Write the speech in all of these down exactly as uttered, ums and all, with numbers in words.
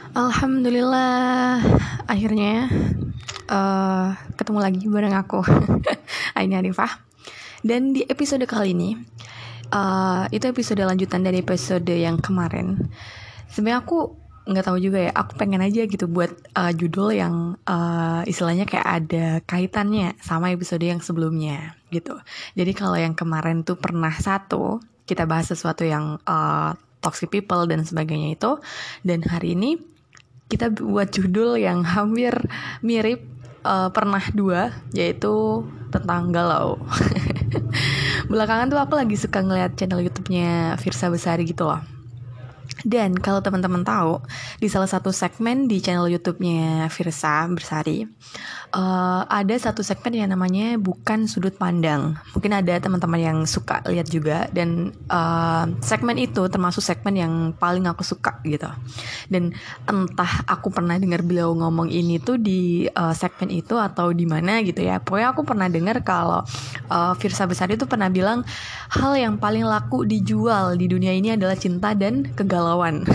Alhamdulillah, akhirnya uh, ketemu lagi bareng aku, Aini Arifah. Dan di episode kali ini, uh, itu episode lanjutan dari episode yang kemarin. Sebenarnya aku nggak tahu juga ya, aku pengen aja gitu buat uh, judul yang uh, istilahnya kayak ada kaitannya sama episode yang sebelumnya gitu. Jadi kalau yang kemarin tuh pernah satu, kita bahas sesuatu yang uh, toxic people dan sebagainya itu, dan hari ini kita buat judul yang hampir mirip uh, pernah dua, yaitu tentang galau. Belakangan tuh aku lagi suka ngeliat channel YouTube-nya Firsa Besari gitu loh. Dan kalau teman-teman tahu, di salah satu segmen di channel YouTube-nya Firsa Besari, uh, ada satu segmen yang namanya Bukan Sudut Pandang. Mungkin ada teman-teman yang suka lihat juga, dan uh, segmen itu termasuk segmen yang paling aku suka gitu. Dan entah aku pernah dengar beliau ngomong ini tuh di uh, segmen itu atau di mana gitu ya. Pokoknya aku pernah dengar kalau uh, Firsa Besari itu pernah bilang hal yang paling laku dijual di dunia ini adalah cinta dan kegalauan.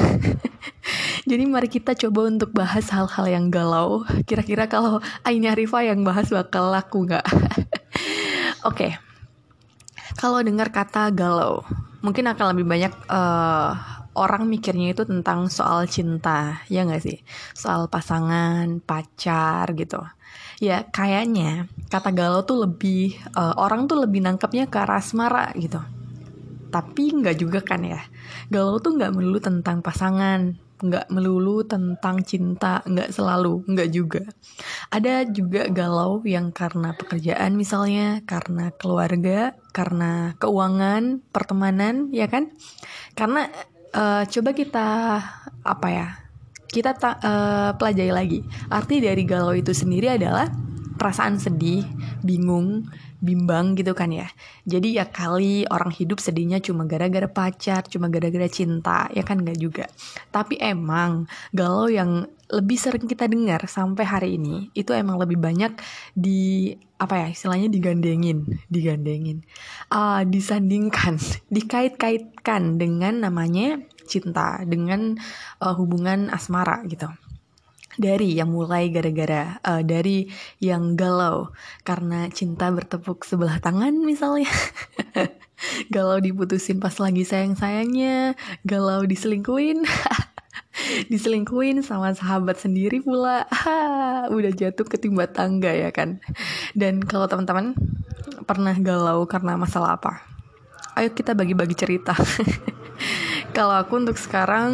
Jadi mari kita coba untuk bahas hal-hal yang galau. Kira-kira kalau Aini Arifah yang bahas bakal laku gak? Oke, okay. Kalau dengar kata galau, mungkin akan lebih banyak uh, orang mikirnya itu tentang soal cinta, ya gak sih? Soal pasangan, pacar gitu. Ya kayaknya kata galau tuh lebih, uh, orang tuh lebih nangkepnya ke arah asmara gitu. Tapi nggak juga kan ya. Galau tuh nggak melulu tentang pasangan, nggak melulu tentang cinta, nggak selalu, nggak juga. Ada juga galau yang karena pekerjaan misalnya, karena keluarga, karena keuangan, pertemanan, ya kan? Karena uh, coba kita apa ya? Kita ta- uh, pelajari lagi. Arti dari galau itu sendiri adalah perasaan sedih, bingung, bimbang gitu kan ya. Jadi ya kali orang hidup sedihnya cuma gara-gara pacar, cuma gara-gara cinta, ya kan gak juga. Tapi emang galau yang lebih sering kita dengar sampai hari ini itu emang lebih banyak di apa ya istilahnya digandengin, digandengin, uh, disandingkan, dikait-kaitkan dengan namanya cinta, dengan uh, hubungan asmara gitu. Dari yang mulai gara-gara uh, dari yang galau karena cinta bertepuk sebelah tangan misalnya. Galau diputusin pas lagi sayang-sayangnya, galau diselingkuin. Diselingkuin sama sahabat sendiri pula. Ha, udah jatuh ketimba tangga ya kan. Dan kalau teman-teman pernah galau karena masalah apa? Ayo kita bagi-bagi cerita. Kalau aku untuk sekarang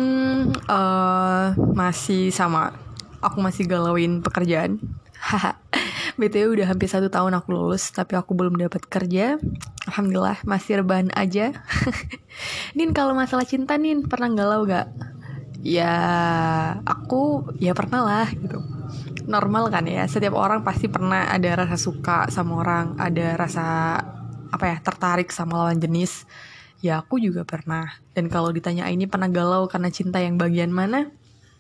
uh, masih sama. Aku masih galauin pekerjaan. B T W udah hampir satu tahun aku lulus, tapi aku belum dapat kerja. Alhamdulillah masih rebahan aja. Nin, kalau masalah cinta Nin pernah galau gak? Ya aku ya pernah lah gitu. Normal kan ya, setiap orang pasti pernah ada rasa suka sama orang, ada rasa apa ya tertarik sama lawan jenis. Ya aku juga pernah. Dan kalau ditanya ini pernah galau karena cinta yang bagian mana?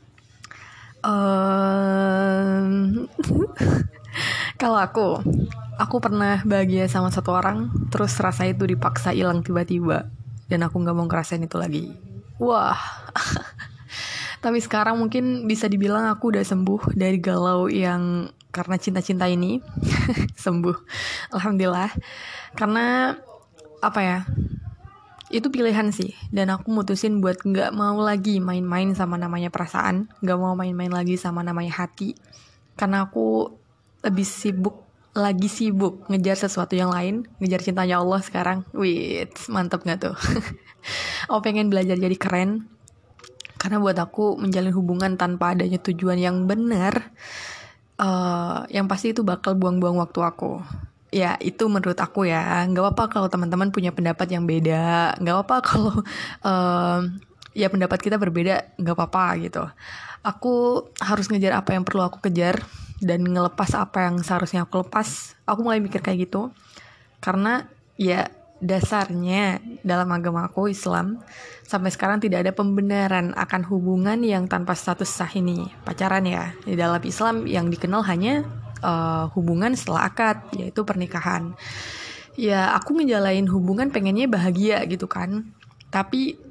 Um, kalau aku, aku pernah bahagia sama satu orang, terus rasa itu dipaksa hilang tiba-tiba, dan aku nggak mau ngerasain itu lagi. Wah, tapi sekarang mungkin bisa dibilang aku udah sembuh dari galau yang karena cinta-cinta ini. Sembuh, alhamdulillah. Karena apa ya? Itu pilihan sih, dan aku mutusin buat gak mau lagi main-main sama namanya perasaan, gak mau main-main lagi sama namanya hati, karena aku lebih sibuk, lagi sibuk ngejar sesuatu yang lain, ngejar cintanya Allah sekarang. Wih, mantep gak tuh? Aku pengen belajar jadi keren, karena buat aku menjalin hubungan tanpa adanya tujuan yang benar, uh, yang pasti itu bakal buang-buang waktu aku. Ya itu menurut aku ya. Gak apa-apa kalau teman-teman punya pendapat yang beda, gak apa-apa kalau um, ya pendapat kita berbeda, gak apa-apa gitu. Aku harus ngejar apa yang perlu aku kejar, dan ngelepas apa yang seharusnya aku lepas. Aku mulai mikir kayak gitu, karena ya dasarnya dalam agama aku Islam, sampai sekarang tidak ada pembenaran akan hubungan yang tanpa status sah ini, pacaran ya. Di dalam Islam yang dikenal hanya Uh, hubungan setelah akad, yaitu pernikahan. Ya aku ngejalanin hubungan pengennya bahagia gitu kan, tapi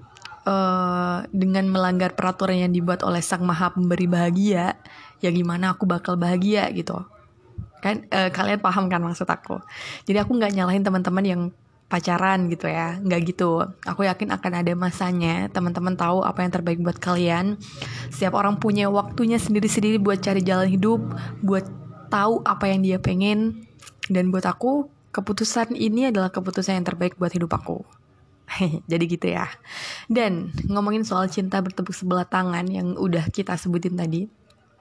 uh, dengan melanggar peraturan yang dibuat oleh Sang Maha Pemberi bahagia, ya gimana aku bakal bahagia gitu kan. Uh, kalian paham kan maksud aku? Jadi aku nggak nyalahin teman-teman yang pacaran gitu ya, nggak gitu. Aku yakin akan ada masanya teman-teman tahu apa yang terbaik buat kalian. Setiap orang punya waktunya sendiri-sendiri buat cari jalan hidup, buat tahu apa yang dia pengen. Dan buat aku, keputusan ini adalah keputusan yang terbaik buat hidup aku. Jadi gitu ya. Dan ngomongin soal cinta bertepuk sebelah tangan yang udah kita sebutin tadi,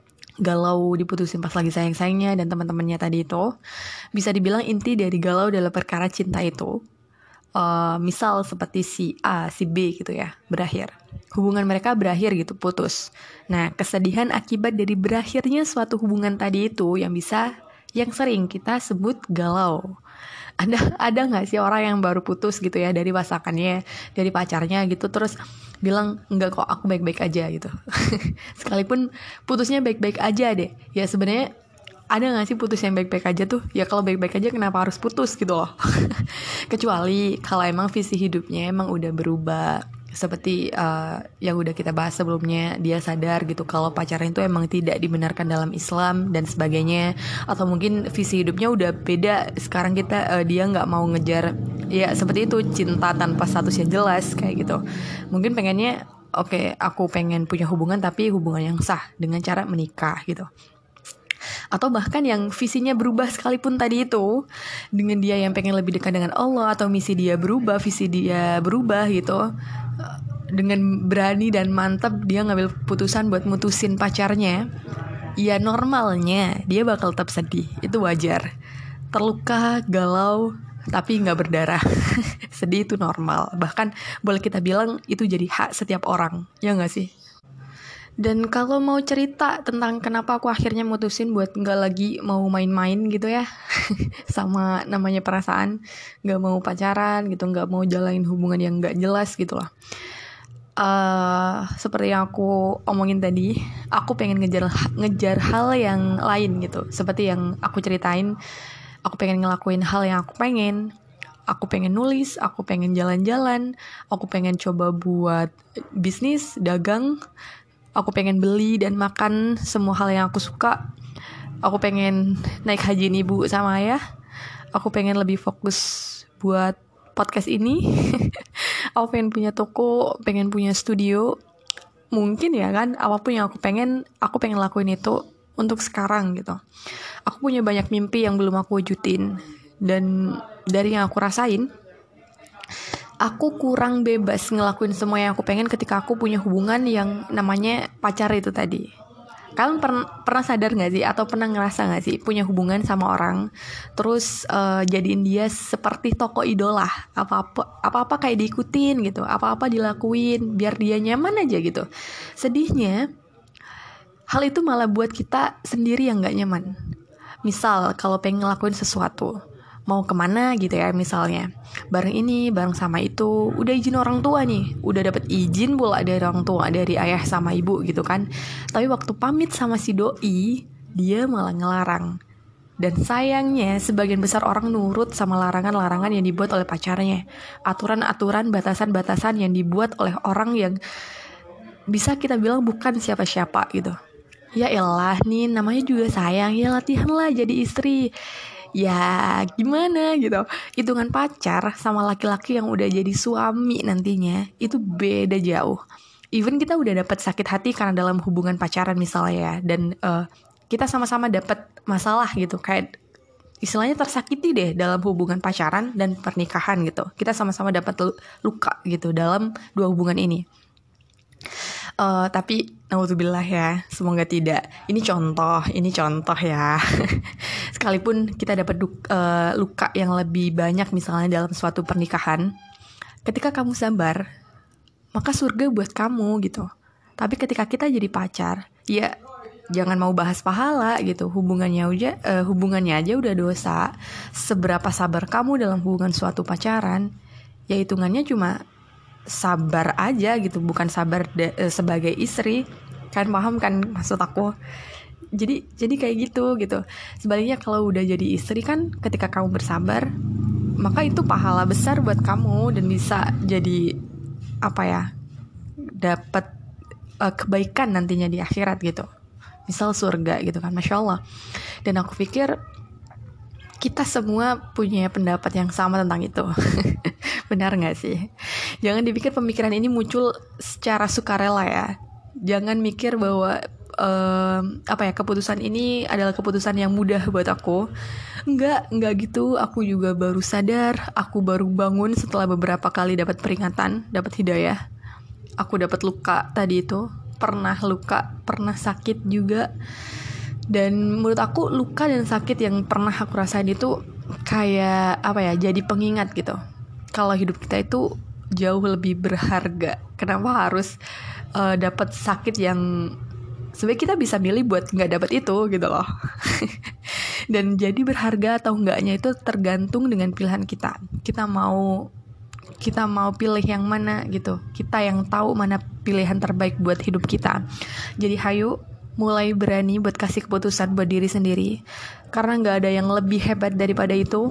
galau diputusin pas lagi sayang-sayangnya dan teman-temannya tadi itu, bisa dibilang inti dari galau dalam perkara cinta itu, uh, misal seperti si A, si B gitu ya, berakhir. Hubungan mereka berakhir gitu, putus. Nah, kesedihan akibat dari berakhirnya suatu hubungan tadi itu yang bisa, yang sering kita sebut galau. Ada ada nggak sih orang yang baru putus gitu ya dari pasangannya, dari pacarnya gitu, terus bilang enggak kok aku baik-baik aja gitu. Sekalipun putusnya baik-baik aja deh. Ya sebenarnya ada nggak sih putus yang baik-baik aja tuh? Ya kalau baik-baik aja kenapa harus putus gitu loh? Kecuali kalau emang visi hidupnya emang udah berubah. Seperti uh, yang udah kita bahas sebelumnya, dia sadar gitu kalau pacaran itu emang tidak dibenarkan dalam Islam dan sebagainya, atau mungkin visi hidupnya udah beda. Sekarang kita uh, dia nggak mau ngejar, ya seperti itu, cinta tanpa status yang jelas kayak gitu. Mungkin pengennya, oke, okay, aku pengen punya hubungan tapi hubungan yang sah dengan cara menikah gitu. Atau bahkan yang visinya berubah sekalipun tadi itu, dengan dia yang pengen lebih dekat dengan Allah, atau misi dia berubah, visi dia berubah gitu, dengan berani dan mantap dia ngambil putusan buat mutusin pacarnya, ya normalnya dia bakal tetap sedih, itu wajar. Terluka, galau, tapi gak berdarah. Sedih itu normal. Bahkan boleh kita bilang itu jadi hak setiap orang, ya gak sih? Dan kalau mau cerita tentang kenapa aku akhirnya mutusin buat gak lagi mau main-main gitu ya sama namanya perasaan, gak mau pacaran gitu, gak mau jalanin hubungan yang gak jelas gitu lah. Uh, seperti yang aku omongin tadi, aku pengen ngejar ngejar hal yang lain gitu. Seperti yang aku ceritain, aku pengen ngelakuin hal yang aku pengen. Aku pengen nulis, aku pengen jalan-jalan, aku pengen coba buat bisnis, dagang. Aku pengen beli dan makan semua hal yang aku suka. Aku pengen naik haji ibu sama ayah. Aku pengen lebih fokus buat podcast ini. Aku pengen punya toko, pengen punya studio. Mungkin ya kan, apapun yang aku pengen, aku pengen lakuin itu untuk sekarang gitu. Aku punya banyak mimpi yang belum aku wujudin. Dan dari yang aku rasain, aku kurang bebas ngelakuin semua yang aku pengen ketika aku punya hubungan yang namanya pacar itu tadi. Kalian per- pernah sadar gak sih, atau pernah ngerasa gak sih punya hubungan sama orang, terus uh, jadiin dia seperti tokoh idola, apa-apa apa-apa kayak diikutin gitu, apa-apa dilakuin biar dia nyaman aja gitu. Sedihnya, hal itu malah buat kita sendiri yang gak nyaman. Misal kalau pengen ngelakuin sesuatu, mau kemana gitu ya misalnya, bareng ini, bareng sama itu, udah izin orang tua nih, udah dapet izin pula dari orang tua, dari ayah sama ibu gitu kan. Tapi waktu pamit sama si doi, dia malah ngelarang. Dan sayangnya sebagian besar orang nurut sama larangan-larangan yang dibuat oleh pacarnya, aturan-aturan, batasan-batasan yang dibuat oleh orang yang bisa kita bilang bukan siapa-siapa gitu. Ya elah nih, namanya juga sayang, ya latihan lah jadi istri. Ya gimana gitu, hitungan pacar sama laki-laki yang udah jadi suami nantinya itu beda jauh. Even kita udah dapat sakit hati karena dalam hubungan pacaran misalnya ya, dan uh, kita sama-sama dapat masalah gitu, kayak istilahnya tersakiti deh dalam hubungan pacaran dan pernikahan gitu. Kita sama-sama dapat luka gitu dalam dua hubungan ini. Uh, tapi naudzubillah ya, semoga tidak. Ini contoh, ini contoh ya. Sekalipun kita dapat uh, luka yang lebih banyak misalnya dalam suatu pernikahan, ketika kamu sabar, maka surga buat kamu gitu. Tapi ketika kita jadi pacar, ya jangan mau bahas pahala gitu. Hubungannya aja, uh, hubungannya aja udah dosa. Seberapa sabar kamu dalam hubungan suatu pacaran, ya hitungannya cuma sabar aja gitu, bukan sabar de- sebagai istri. Kan paham kan maksud aku? Jadi jadi kayak gitu gitu. Sebaliknya kalau udah jadi istri kan, ketika kamu bersabar, maka itu pahala besar buat kamu dan bisa jadi apa ya? dapat uh, kebaikan nantinya di akhirat gitu, misal surga gitu kan, Masya Allah. Dan aku pikir kita semua punya pendapat yang sama tentang itu. Benar gak sih? Jangan dipikir pemikiran ini muncul secara sukarela ya. Jangan mikir bahwa uh, apa ya keputusan ini adalah keputusan yang mudah buat aku. Enggak, enggak gitu. Aku juga baru sadar, aku baru bangun setelah beberapa kali dapat peringatan, dapat hidayah. Aku dapat luka tadi itu, pernah luka, pernah sakit juga. Dan menurut aku luka dan sakit yang pernah aku rasain itu kayak apa ya, jadi pengingat gitu. Kalau hidup kita itu jauh lebih berharga. Kenapa harus uh, dapat sakit yang sebenarnya kita bisa milih buat nggak dapat itu gitu loh. Dan jadi berharga atau enggaknya itu tergantung dengan pilihan kita. Kita mau kita mau pilih yang mana gitu. Kita yang tahu mana pilihan terbaik buat hidup kita. Jadi hayu mulai berani buat kasih keputusan buat diri sendiri. Karena gak ada yang lebih hebat daripada itu.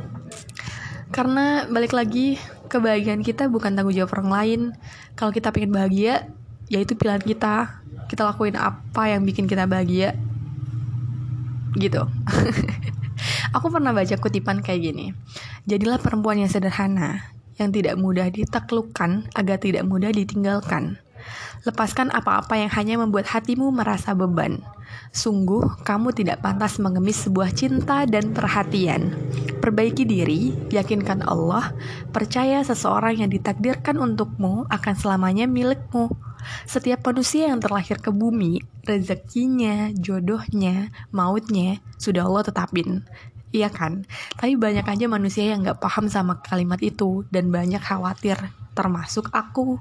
Karena balik lagi, kebahagiaan kita bukan tanggung jawab orang lain. Kalau kita pengen bahagia, ya itu pilihan kita. Kita lakuin apa yang bikin kita bahagia gitu. Aku pernah baca kutipan kayak gini. Jadilah perempuan yang sederhana, yang tidak mudah ditaklukkan agar tidak mudah ditinggalkan. Lepaskan apa-apa yang hanya membuat hatimu merasa beban. Sungguh, kamu tidak pantas mengemis sebuah cinta dan perhatian. Perbaiki diri, yakinkan Allah, percaya seseorang yang ditakdirkan untukmu akan selamanya milikmu. Setiap manusia yang terlahir ke bumi, rezekinya, jodohnya, mautnya, sudah Allah tetapin. Iya kan? Tapi banyak aja manusia yang gak paham sama kalimat itu dan banyak khawatir, termasuk aku.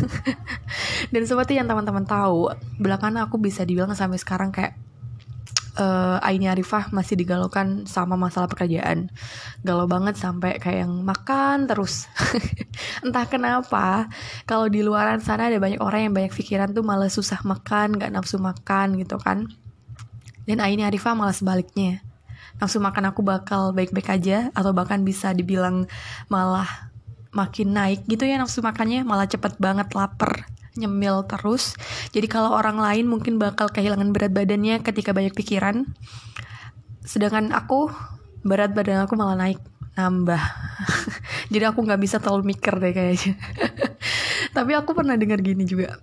Dan seperti yang teman-teman tahu, belakangan aku bisa dibilang sampai sekarang kayak uh, Aini Arifah masih digalaukan sama masalah pekerjaan. Galau banget sampai kayak yang makan terus. Entah kenapa, kalau di luaran sana ada banyak orang yang banyak pikiran tuh malah susah makan, gak nafsu makan gitu kan. Dan Aini Arifah malah sebaliknya. Nafsu makan aku bakal baik-baik aja, atau bahkan bisa dibilang malah makin naik gitu ya nafsu makannya, malah cepet banget lapar, nyemil terus. Jadi kalau orang lain mungkin bakal kehilangan berat badannya ketika banyak pikiran, sedangkan aku, berat badan aku malah naik, nambah. Jadi aku gak bisa terlalu mikir deh kayaknya. Tapi aku pernah dengar gini juga.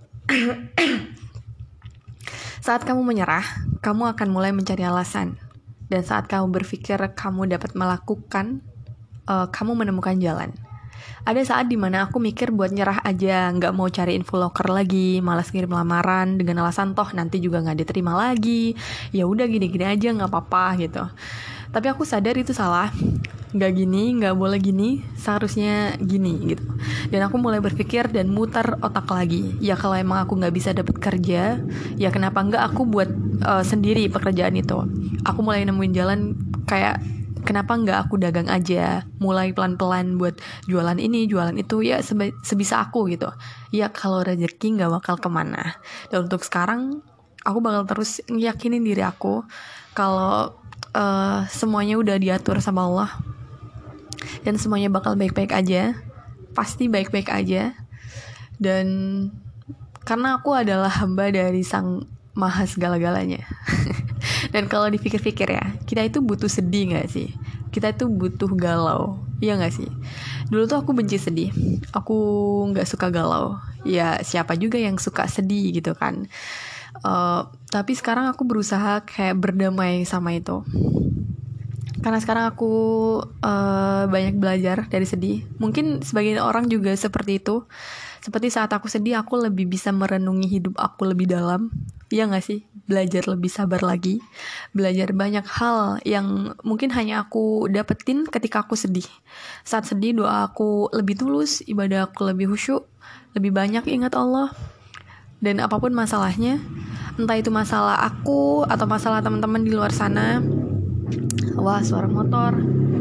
Saat kamu menyerah, kamu akan mulai mencari alasan. Dan saat kamu berpikir kamu dapat melakukan, uh, kamu menemukan jalan. Ada saat dimana aku mikir buat nyerah aja, gak mau cari info loker lagi, malas ngirim lamaran dengan alasan toh nanti juga gak diterima lagi. Ya udah gini-gini aja, gak apa-apa gitu. Tapi aku sadar itu salah. Gak gini, gak boleh gini, seharusnya gini gitu. Dan aku mulai berpikir dan mutar otak lagi. Ya kalau emang aku gak bisa dapet kerja, ya kenapa gak aku buat uh, sendiri pekerjaan itu. Aku mulai nemuin jalan kayak kenapa nggak aku dagang aja, mulai pelan-pelan buat jualan ini, jualan itu, ya sebe- sebisa aku gitu. Ya kalau rezeki nggak bakal kemana. Dan untuk sekarang, aku bakal terus ngeyakinin diri aku kalau uh, semuanya udah diatur sama Allah dan semuanya bakal baik-baik aja, pasti baik-baik aja. Dan karena aku adalah hamba dari Sang Maha segala-galanya. Dan kalau dipikir-pikir ya, kita itu butuh sedih gak sih? Kita itu butuh galau, iya gak sih? Dulu tuh aku benci sedih, aku gak suka galau. Ya siapa juga yang suka sedih gitu kan. uh, Tapi sekarang aku berusaha kayak berdamai sama itu. Karena sekarang aku uh, banyak belajar dari sedih. Mungkin sebagian orang juga seperti itu. Seperti saat aku sedih, aku lebih bisa merenungi hidup aku lebih dalam. Iya gak sih? Belajar lebih sabar lagi. Belajar banyak hal yang mungkin hanya aku dapetin ketika aku sedih. Saat sedih, doa aku lebih tulus, ibadah aku lebih khusyuk, lebih banyak ingat Allah. Dan apapun masalahnya, entah itu masalah aku atau masalah teman-teman di luar sana. Wah, suara motor.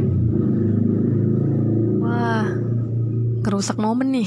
Wah, ngerusak momen nih.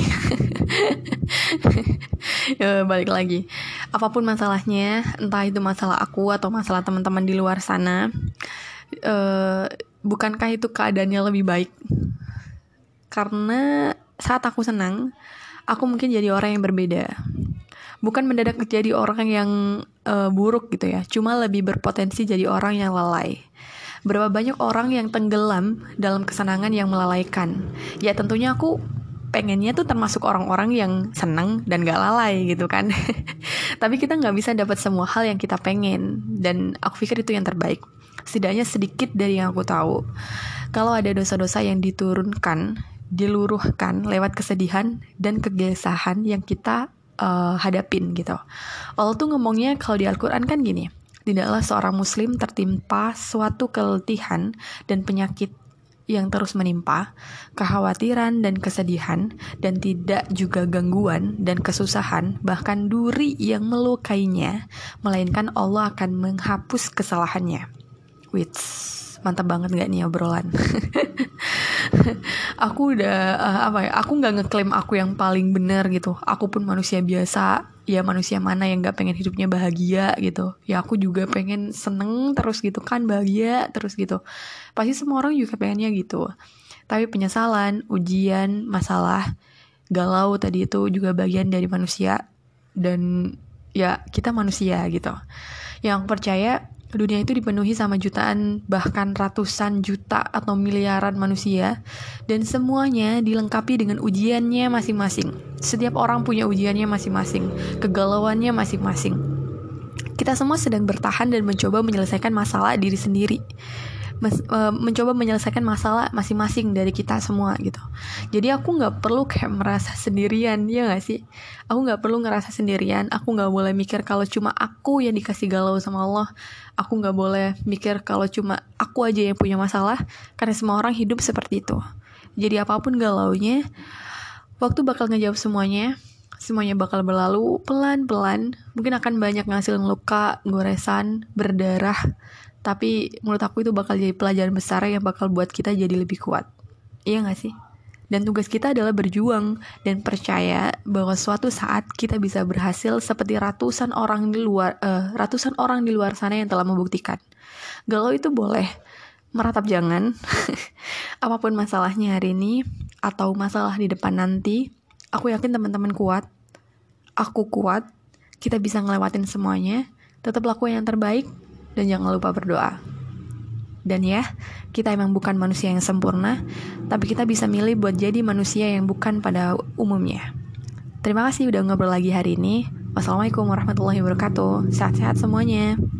Ya, balik lagi. Apapun masalahnya, entah itu masalah aku atau masalah teman-teman di luar sana, uh, bukankah itu keadaannya lebih baik? Karena saat aku senang, aku mungkin jadi orang yang berbeda. Bukan mendadak jadi orang yang uh, buruk gitu ya, cuma lebih berpotensi jadi orang yang lalai. Berapa banyak orang yang tenggelam dalam kesenangan yang melalaikan. Ya tentunya aku pengennya tuh termasuk orang-orang yang senang dan gak lalai gitu kan. Tapi kita gak bisa dapat semua hal yang kita pengen. Dan aku pikir itu yang terbaik. Setidaknya sedikit dari yang aku tahu. Kalau ada dosa-dosa yang diturunkan, diluruhkan lewat kesedihan dan kegelisahan yang kita uh, hadapin gitu. Allah tuh ngomongnya kalau di Al-Quran kan gini, tidaklah seorang muslim tertimpa suatu keletihan dan penyakit yang terus menimpa, kekhawatiran dan kesedihan, dan tidak juga gangguan dan kesusahan, bahkan duri yang melukainya, melainkan Allah akan menghapus kesalahannya. Wits, mantap banget gak nih obrolan? Aku udah uh, apa ya? Aku nggak ngeklaim aku yang paling benar gitu. Aku pun manusia biasa. Ya manusia mana yang nggak pengen hidupnya bahagia gitu. Ya aku juga pengen seneng terus gitu kan, bahagia terus gitu. Pasti semua orang juga pengennya gitu. Tapi penyesalan, ujian, masalah, galau tadi itu juga bagian dari manusia. Dan ya kita manusia gitu. Yang percaya dunia itu dipenuhi sama jutaan bahkan ratusan juta atau miliaran manusia, dan semuanya dilengkapi dengan ujiannya masing-masing. Setiap orang punya ujiannya masing-masing, kegalauannya masing-masing. Kita semua sedang bertahan dan mencoba menyelesaikan masalah diri sendiri, Mas, uh, mencoba menyelesaikan masalah masing-masing dari kita semua gitu. Jadi aku nggak perlu kayak merasa sendirian, ya nggak sih? Aku nggak perlu ngerasa sendirian. Aku nggak boleh mikir kalau cuma aku yang dikasih galau sama Allah. Aku nggak boleh mikir kalau cuma aku aja yang punya masalah, karena semua orang hidup seperti itu. Jadi apapun galaunya, waktu bakal ngejawab semuanya. Semuanya bakal berlalu pelan-pelan. Mungkin akan banyak ngasilin luka, goresan, berdarah. Tapi menurut aku itu bakal jadi pelajaran besar yang bakal buat kita jadi lebih kuat. Iya gak sih? Dan tugas kita adalah berjuang dan percaya bahwa suatu saat kita bisa berhasil seperti ratusan orang di luar uh, ratusan orang di luar sana yang telah membuktikan. Galau itu boleh, meratap jangan. Apapun masalahnya hari ini atau masalah di depan nanti, aku yakin teman-teman kuat. Aku kuat. Kita bisa ngelewatin semuanya. Tetap lakukan yang terbaik. Dan jangan lupa berdoa. Dan ya, kita emang bukan manusia yang sempurna, tapi kita bisa milih buat jadi manusia yang bukan pada umumnya. Terima kasih udah ngobrol lagi hari ini. Wassalamualaikum warahmatullahi wabarakatuh. Sehat-sehat semuanya.